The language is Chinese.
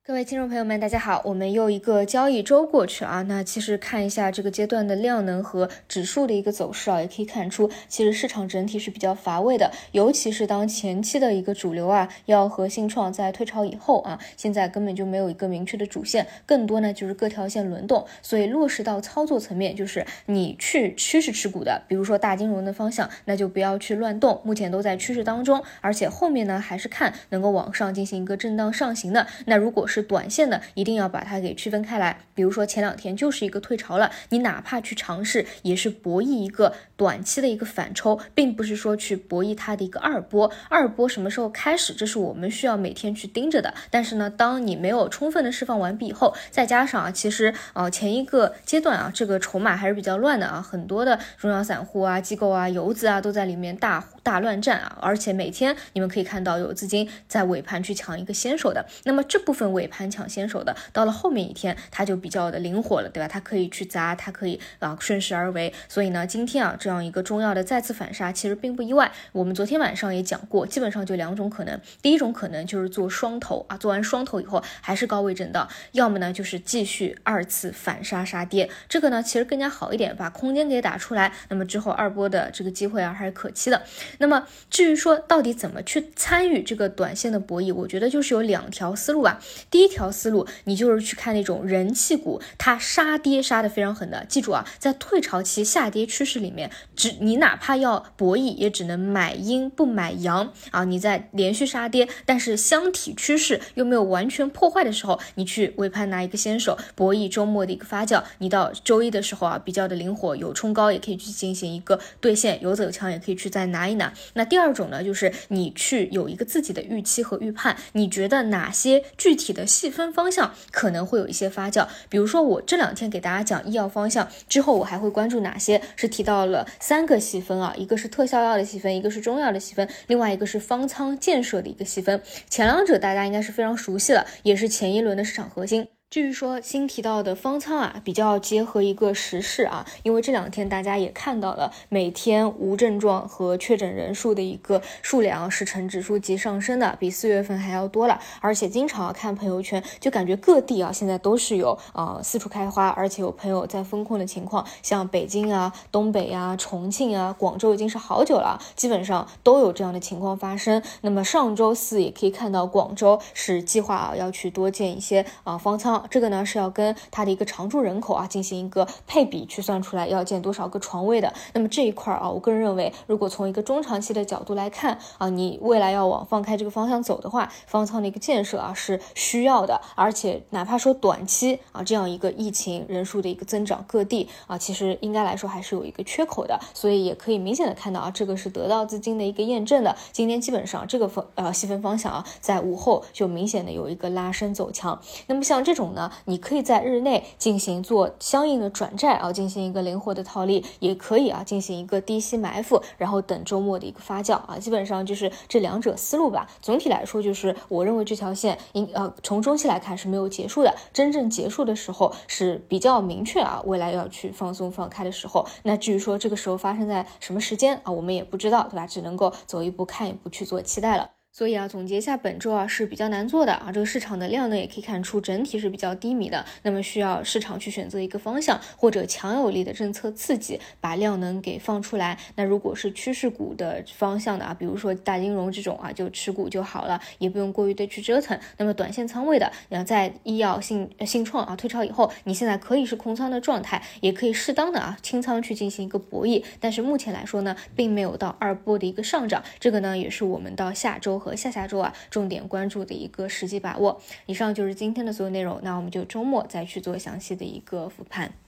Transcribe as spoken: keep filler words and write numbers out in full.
各位听众朋友们，大家好，我们又一个交易周过去啊，那其实看一下这个阶段的量能和指数的一个走势啊，也可以看出，其实市场整体是比较乏味的，尤其是当前期的一个主流啊，要和信创在退潮以后啊，现在根本就没有一个明确的主线，更多呢就是各条线轮动，所以落实到操作层面，就是你去趋势持股的，比如说大金融的方向，那就不要去乱动，目前都在趋势当中，而且后面呢还是看能够往上进行一个震荡上行的，那如果是是短线的，一定要把它给区分开来。比如说前两天就是一个退潮了，你哪怕去尝试，也是博弈一个短期的一个反抽，并不是说去博弈它的一个二波。二波什么时候开始，这是我们需要每天去盯着的。但是呢，当你没有充分的释放完毕以后，再加上啊，其实呃前一个阶段啊，这个筹码还是比较乱的啊，很多的中小散户啊、机构啊、游资啊都在里面大大乱战啊，而且每天你们可以看到有资金在尾盘去抢一个先手的，那么这部分尾盘抢先手的，到了后面一天它就比较的灵活了，对吧？它可以去砸，它可以啊顺势而为。所以呢，今天啊这样一个重要的再次反杀，其实并不意外。我们昨天晚上也讲过，基本上就两种可能，第一种可能就是做双头啊，做完双头以后还是高位震荡，要么呢就是继续二次反杀杀跌，这个呢其实更加好一点，把空间给打出来，那么之后二波的这个机会啊还是可期的。那么至于说到底怎么去参与这个短线的博弈，我觉得就是有两条思路吧。第一条思路，你就是去看那种人气股，它杀跌杀得非常狠的。记住啊，在退潮期下跌趋势里面，只你哪怕要博弈，也只能买阴不买阳啊。你在连续杀跌，但是箱体趋势又没有完全破坏的时候，你去尾盘拿一个先手，博弈周末的一个发酵。你到周一的时候啊，比较的灵活，有冲高也可以去进行一个兑现，有走强也可以去再拿一拿。那第二种呢，就是你去有一个自己的预期和预判，你觉得哪些具体的细分方向可能会有一些发酵，比如说我这两天给大家讲医药方向之后，我还会关注哪些，是提到了三个细分啊，一个是特效药的细分，一个是中药的细分，另外一个是方舱建设的一个细分。前两者大家应该是非常熟悉了，也是前一轮的市场核心。至于说新提到的方舱啊，比较结合一个时事啊，因为这两天大家也看到了每天无症状和确诊人数的一个数量是呈指数级上升的，比四月份还要多了，而且经常、啊、看朋友圈就感觉各地啊现在都是有呃四处开花，而且有朋友在封控的情况，像北京啊、东北啊、重庆啊、广州已经是好久了，基本上都有这样的情况发生。那么上周四也可以看到广州是计划啊要去多建一些啊、呃、方舱。这个呢是要跟它的一个常住人口啊进行一个配比，去算出来要建多少个床位的。那么这一块啊，我个人认为，如果从一个中长期的角度来看啊，你未来要往放开这个方向走的话，方舱的一个建设啊是需要的。而且哪怕说短期啊，这样一个疫情人数的一个增长，各地啊其实应该来说还是有一个缺口的，所以也可以明显的看到啊，这个是得到资金的一个验证的。今天基本上这个方呃细分方向啊，在午后就明显的有一个拉升走强。那么像这种呢，你可以在日内进行做相应的转债啊，进行一个灵活的套利，也可以啊进行一个低吸埋伏，然后等周末的一个发酵啊，基本上就是这两者思路吧。总体来说，就是我认为这条线应呃从中期来看是没有结束的，真正结束的时候是比较明确啊，未来要去放松放开的时候。那至于说这个时候发生在什么时间啊，我们也不知道，对吧？只能够走一步看一步去做期待了。所以啊，总结一下本周啊是比较难做的啊，这个市场的量呢也可以看出整体是比较低迷的，那么需要市场去选择一个方向或者强有力的政策刺激，把量能给放出来。那如果是趋势股的方向的啊，比如说大金融这种啊，就持股就好了，也不用过于的去折腾。那么短线仓位的，然后在医药信信创啊退潮以后，你现在可以是空仓的状态，也可以适当的啊清仓去进行一个博弈，但是目前来说呢，并没有到二波的一个上涨，这个呢也是我们到下周和下下周啊重点关注的一个实际把握。以上就是今天的所有内容，那我们就周末再去做详细的一个复盘。